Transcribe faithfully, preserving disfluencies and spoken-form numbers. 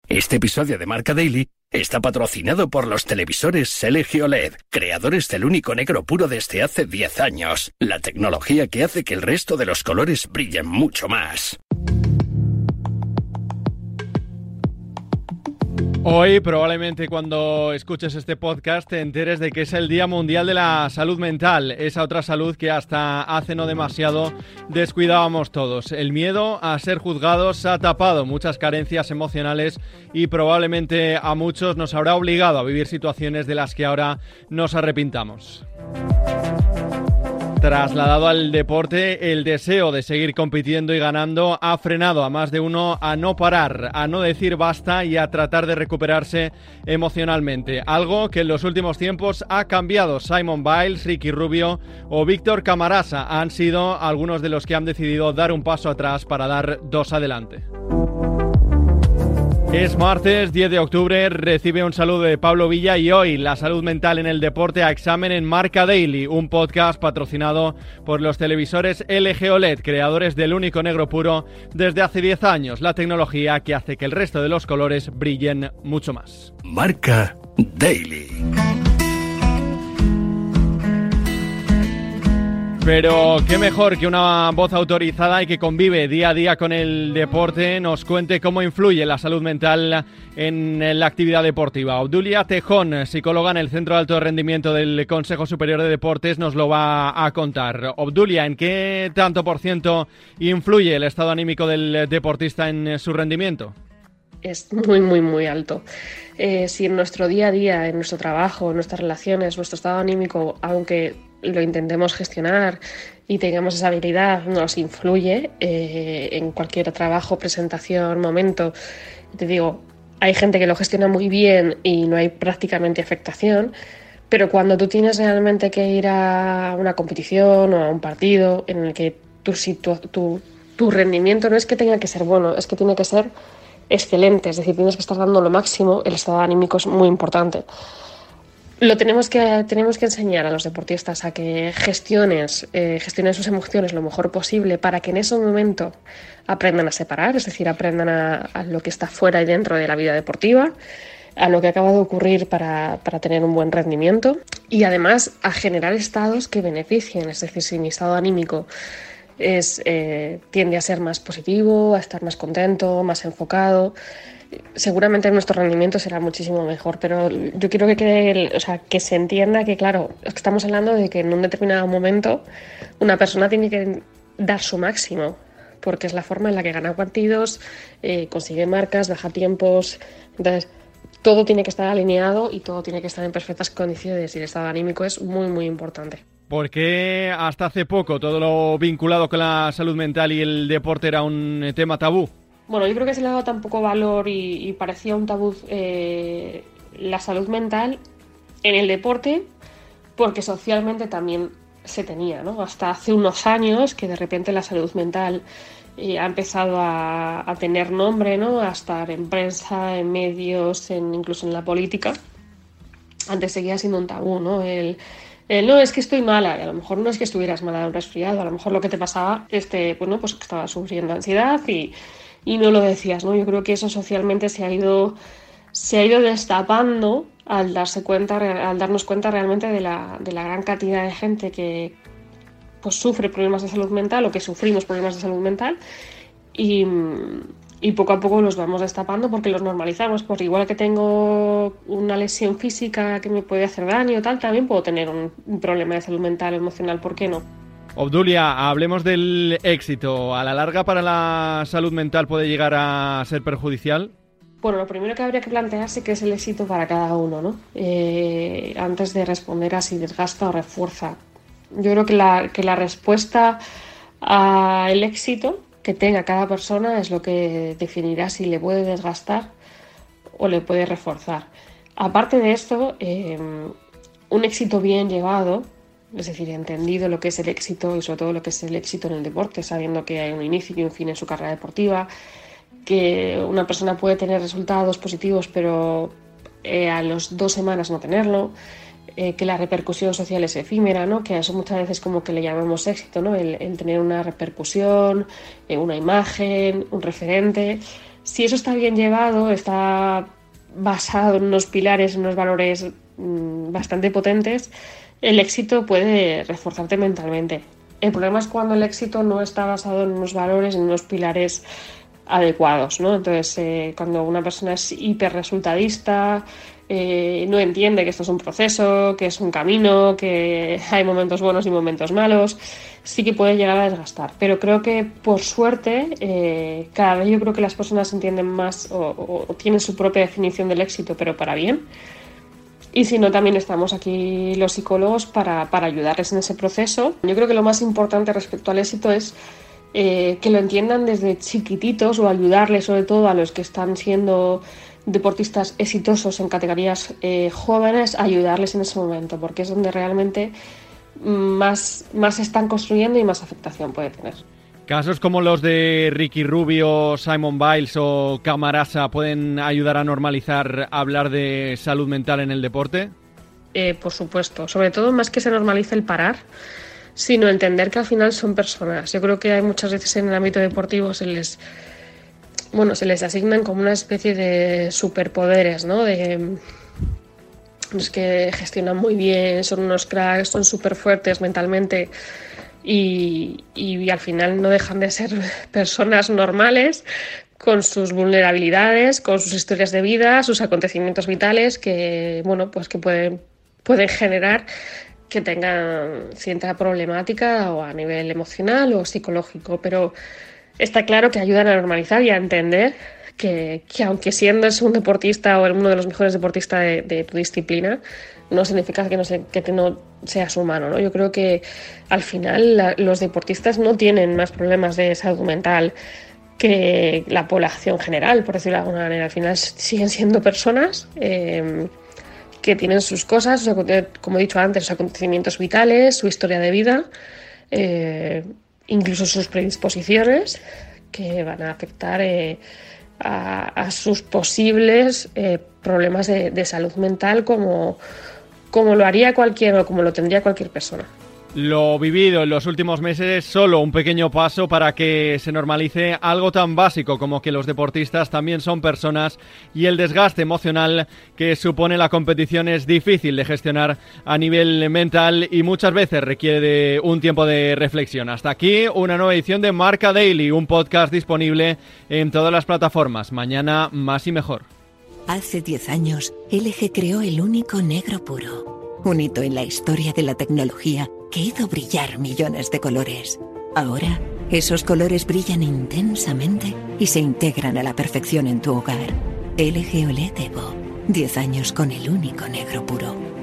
Este episodio de Marca Daily está patrocinado por los televisores L G O L E D, creadores del único negro puro desde hace diez años. La tecnología que hace que el resto de los colores brillen mucho más. Hoy, probablemente cuando escuches este podcast, te enteres de que es el Día Mundial de la Salud Mental, esa otra salud que hasta hace no demasiado descuidábamos todos. El miedo a ser juzgados ha tapado muchas carencias emocionales y probablemente a muchos nos habrá obligado a vivir situaciones de las que ahora nos arrepintamos. Trasladado al deporte, el deseo de seguir compitiendo y ganando ha frenado a más de uno a no parar, a no decir basta y a tratar de recuperarse emocionalmente. Algo que en los últimos tiempos ha cambiado. Simone Biles, Ricky Rubio o Víctor Camarasa han sido algunos de los que han decidido dar un paso atrás para dar dos adelante. Es martes diez de octubre, recibe un saludo de Pablo Villa y hoy la salud mental en el deporte a examen en Marca Daily, un podcast patrocinado por los televisores L G O L E D, creadores del único negro puro desde hace diez años, la tecnología que hace que el resto de los colores brillen mucho más. Marca Daily. Pero qué mejor que una voz autorizada y que convive día a día con el deporte nos cuente cómo influye la salud mental en la actividad deportiva. Obdulia Tejón, psicóloga en el Centro de Alto Rendimiento del Consejo Superior de Deportes, nos lo va a contar. Obdulia, ¿en qué tanto por ciento influye el estado anímico del deportista en su rendimiento? Es muy, muy, muy alto. Eh, si en nuestro día a día, en nuestro trabajo, en nuestras relaciones, nuestro estado anímico, aunque lo intentemos gestionar y tengamos esa habilidad, nos influye eh, en cualquier trabajo, presentación, momento. Te digo, hay gente que lo gestiona muy bien y no hay prácticamente afectación, pero cuando tú tienes realmente que ir a una competición o a un partido en el que tu, situ- tu, tu rendimiento no es que tenga que ser bueno, es que tiene que ser excelente, es decir, tienes que estar dando lo máximo, el estado anímico es muy importante. Lo tenemos que, tenemos que enseñar a los deportistas a que gestiones, eh, gestionen sus emociones lo mejor posible para que en ese momento aprendan a separar, es decir, aprendan a, a lo que está fuera y dentro de la vida deportiva, a lo que acaba de ocurrir para, para tener un buen rendimiento y además a generar estados que beneficien, es decir, si mi estado anímico es, eh, tiende a ser más positivo, a estar más contento, más enfocado, seguramente nuestro rendimiento será muchísimo mejor, pero yo quiero que quede, o sea, que se entienda que, claro, es que estamos hablando de que en un determinado momento una persona tiene que dar su máximo, porque es la forma en la que gana partidos, eh, consigue marcas, baja tiempos, entonces todo tiene que estar alineado y todo tiene que estar en perfectas condiciones y el estado anímico es muy, muy importante. ¿Por qué hasta hace poco todo lo vinculado con la salud mental y el deporte era un tema tabú? Bueno, yo creo que se le ha dado tan poco valor y, y parecía un tabú eh, la salud mental en el deporte porque socialmente también se tenía, ¿no? Hasta hace unos años que de repente la salud mental eh, ha empezado a, a tener nombre, ¿no? A estar en prensa, en medios, en, incluso en la política. Antes seguía siendo un tabú, ¿no? El, el no, es que estoy mala, y a lo mejor no es que estuvieras mala de un resfriado, a lo mejor lo que te pasaba, este, bueno, pues que estabas sufriendo ansiedad y y no lo decías, ¿no? Yo creo que eso socialmente se ha ido se ha ido destapando al darse cuenta, al darnos cuenta realmente de la, de la gran cantidad de gente que pues sufre problemas de salud mental o que sufrimos problemas de salud mental y, y poco a poco los vamos destapando porque los normalizamos, porque igual que tengo una lesión física que me puede hacer daño tal, también puedo tener un, un problema de salud mental o emocional, ¿por qué no? Obdulia, hablemos del éxito. ¿A la larga para la salud mental puede llegar a ser perjudicial? Bueno, lo primero que habría que plantearse que es el éxito para cada uno, ¿no? Eh, antes de responder a si desgasta o refuerza. Yo creo que la, que la respuesta al éxito que tenga cada persona es lo que definirá si le puede desgastar o le puede reforzar. Aparte de esto, eh, un éxito bien llevado, es decir, entendido lo que es el éxito y sobre todo lo que es el éxito en el deporte, sabiendo que hay un inicio y un fin en su carrera deportiva, que una persona puede tener resultados positivos pero eh, a las dos semanas no tenerlo, eh, que la repercusión social es efímera, ¿no? Que a eso muchas veces como que le llamamos éxito, ¿no? El, el tener una repercusión, eh, una imagen, un referente, Si eso está bien llevado, está basado en unos pilares, en unos valores mmm, bastante potentes, el éxito puede reforzarte mentalmente. El problema es cuando el éxito no está basado en unos valores, en unos pilares adecuados, ¿no? Entonces, eh, cuando una persona es hiper resultadista, eh, no entiende que esto es un proceso, que es un camino, que hay momentos buenos y momentos malos, sí que puede llegar a desgastar. Pero creo que, por suerte, eh, cada vez yo creo que las personas entienden más o, o, o tienen su propia definición del éxito, pero para bien. Y si no, también estamos aquí los psicólogos para, para ayudarles en ese proceso. Yo creo que lo más importante respecto al éxito es eh, que lo entiendan desde chiquititos, o ayudarles sobre todo a los que están siendo deportistas exitosos en categorías eh, jóvenes, ayudarles en ese momento, porque es donde realmente más, más están construyendo y más afectación puede tener. ¿Casos como los de Ricky Rubio, Simone Biles o Camarasa pueden ayudar a normalizar hablar de salud mental en el deporte? Eh, por supuesto, sobre todo más que se normalice el parar, sino entender que al final son personas. Yo creo que hay muchas veces en el ámbito deportivo se les, bueno, se les asignan como una especie de superpoderes, ¿no? De los que gestionan muy bien, son unos cracks, son súper fuertes mentalmente. Y, y al final no dejan de ser personas normales con sus vulnerabilidades, con sus historias de vida, sus acontecimientos vitales que, bueno, pues que pueden, pueden generar que tengan cierta problemática o a nivel emocional o psicológico, pero está claro que ayudan a normalizar y a entender que, que aunque siendo un deportista o uno de los mejores deportistas de, de tu disciplina, no significa que no, se, que no seas humano, ¿no? Yo creo que al final la, los deportistas no tienen más problemas de salud mental que la población general, por decirlo de alguna manera. Al final siguen siendo personas eh, que tienen sus cosas, sus, como he dicho antes, sus acontecimientos vitales, su historia de vida, eh, incluso sus predisposiciones que van a afectar eh, a, a sus posibles eh, problemas de, de salud mental como como lo haría cualquiera o como lo tendría cualquier persona. Lo vivido en los últimos meses es solo un pequeño paso para que se normalice algo tan básico como que los deportistas también son personas y el desgaste emocional que supone la competición es difícil de gestionar a nivel mental y muchas veces requiere de un tiempo de reflexión. Hasta aquí una nueva edición de Marca Daily, un podcast disponible en todas las plataformas. Mañana más y mejor. Hace diez años, L G creó el único negro puro. Un hito en la historia de la tecnología que hizo brillar millones de colores. Ahora, esos colores brillan intensamente y se integran a la perfección en tu hogar. L G O L E D Evo. diez años con el único negro puro.